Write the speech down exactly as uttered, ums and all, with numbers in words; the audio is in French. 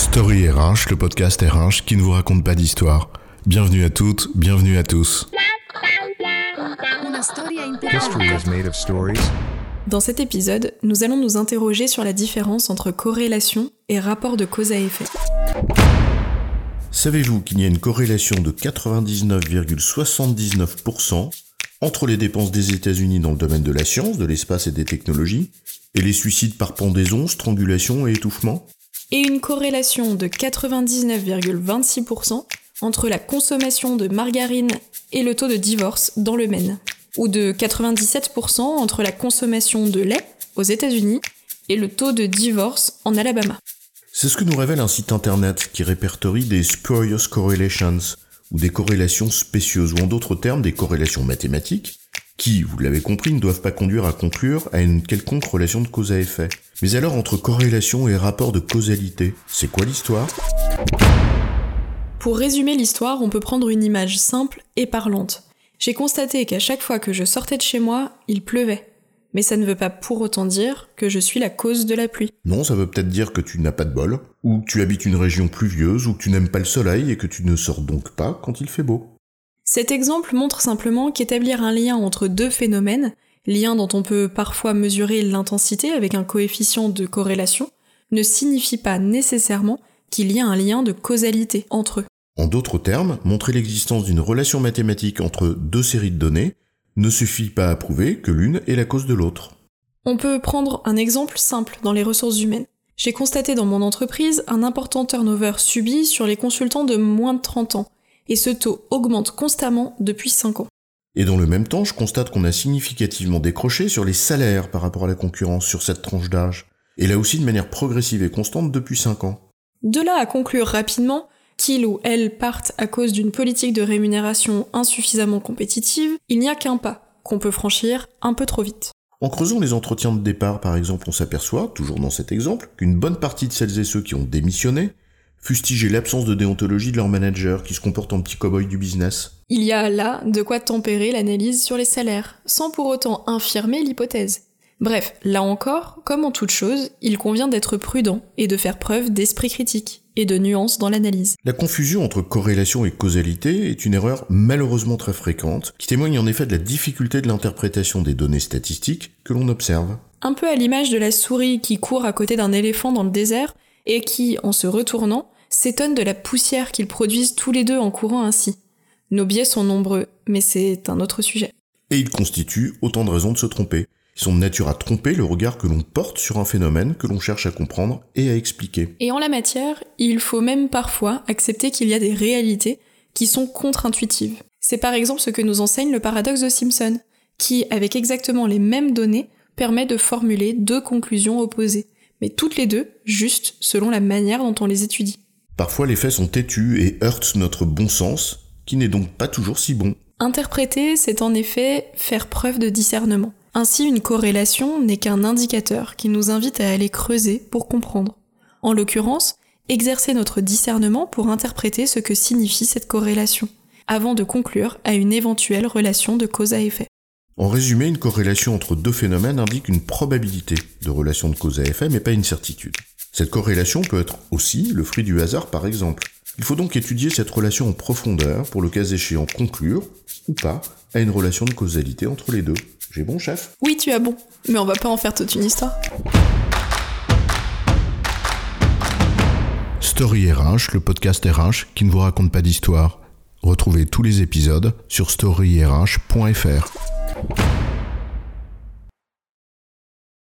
Story R H, le podcast R H qui ne vous raconte pas d'histoire. Bienvenue à toutes, bienvenue à tous. History is made of stories. Dans cet épisode, nous allons nous interroger sur la différence entre corrélation et rapport de cause à effet. Savez-vous qu'il y a une corrélation de quatre-vingt-dix-neuf virgule soixante-dix-neuf pour cent entre les dépenses des États-Unis dans le domaine de la science, de l'espace et des technologies, et les suicides par pendaison, strangulation et étouffement ? Et une corrélation de quatre-vingt-dix-neuf virgule vingt-six pour cent entre la consommation de margarine et le taux de divorce dans le Maine, ou de quatre-vingt-dix-sept pour cent entre la consommation de lait aux États-Unis et le taux de divorce en Alabama. C'est ce que nous révèle un site internet qui répertorie des spurious correlations, ou des corrélations spécieuses, ou en d'autres termes des corrélations mathématiques, qui, vous l'avez compris, ne doivent pas conduire à conclure à une quelconque relation de cause à effet. Mais alors, entre corrélation et rapport de causalité, c'est quoi l'histoire ? Pour résumer l'histoire, on peut prendre une image simple et parlante. J'ai constaté qu'à chaque fois que je sortais de chez moi, il pleuvait. Mais ça ne veut pas pour autant dire que je suis la cause de la pluie. Non, ça veut peut-être dire que tu n'as pas de bol, ou que tu habites une région pluvieuse, ou que tu n'aimes pas le soleil et que tu ne sors donc pas quand il fait beau. Cet exemple montre simplement qu'établir un lien entre deux phénomènes, lien dont on peut parfois mesurer l'intensité avec un coefficient de corrélation, ne signifie pas nécessairement qu'il y a un lien de causalité entre eux. En d'autres termes, montrer l'existence d'une relation mathématique entre deux séries de données ne suffit pas à prouver que l'une est la cause de l'autre. On peut prendre un exemple simple dans les ressources humaines. J'ai constaté dans mon entreprise un important turnover subi sur les consultants de moins de trente ans, et ce taux augmente constamment depuis cinq ans. Et dans le même temps, je constate qu'on a significativement décroché sur les salaires par rapport à la concurrence sur cette tranche d'âge, et là aussi de manière progressive et constante depuis cinq ans. De là à conclure rapidement qu'ils ou elles partent à cause d'une politique de rémunération insuffisamment compétitive, il n'y a qu'un pas, qu'on peut franchir un peu trop vite. En creusant les entretiens de départ, par exemple, on s'aperçoit, toujours dans cet exemple, qu'une bonne partie de celles et ceux qui ont démissionné fustigeaient l'absence de déontologie de leur manager qui se comporte en petit cow-boy du business. Il y a là de quoi tempérer l'analyse sur les salaires, sans pour autant infirmer l'hypothèse. Bref, là encore, comme en toute chose, il convient d'être prudent et de faire preuve d'esprit critique et de nuance dans l'analyse. La confusion entre corrélation et causalité est une erreur malheureusement très fréquente, qui témoigne en effet de la difficulté de l'interprétation des données statistiques que l'on observe. Un peu à l'image de la souris qui court à côté d'un éléphant dans le désert et qui, en se retournant, s'étonne de la poussière qu'ils produisent tous les deux en courant ainsi. Nos biais sont nombreux, mais c'est un autre sujet. Et ils constituent autant de raisons de se tromper. Ils sont de nature à tromper le regard que l'on porte sur un phénomène que l'on cherche à comprendre et à expliquer. Et en la matière, il faut même parfois accepter qu'il y a des réalités qui sont contre-intuitives. C'est par exemple ce que nous enseigne le paradoxe de Simpson, qui, avec exactement les mêmes données, permet de formuler deux conclusions opposées, mais toutes les deux justes selon la manière dont on les étudie. Parfois les faits sont têtus et heurtent notre bon sens, qui n'est donc pas toujours si bon. Interpréter, c'est en effet faire preuve de discernement. Ainsi, une corrélation n'est qu'un indicateur qui nous invite à aller creuser pour comprendre. En l'occurrence, exercer notre discernement pour interpréter ce que signifie cette corrélation, avant de conclure à une éventuelle relation de cause à effet. En résumé, une corrélation entre deux phénomènes indique une probabilité de relation de cause à effet, mais pas une certitude. Cette corrélation peut être aussi le fruit du hasard, par exemple. Il faut donc étudier cette relation en profondeur pour le cas échéant conclure, ou pas, à une relation de causalité entre les deux. J'ai bon, chef ? Oui, tu as bon, mais on va pas en faire toute une histoire. Story R H, le podcast R H qui ne vous raconte pas d'histoire. Retrouvez tous les épisodes sur story r h point f r.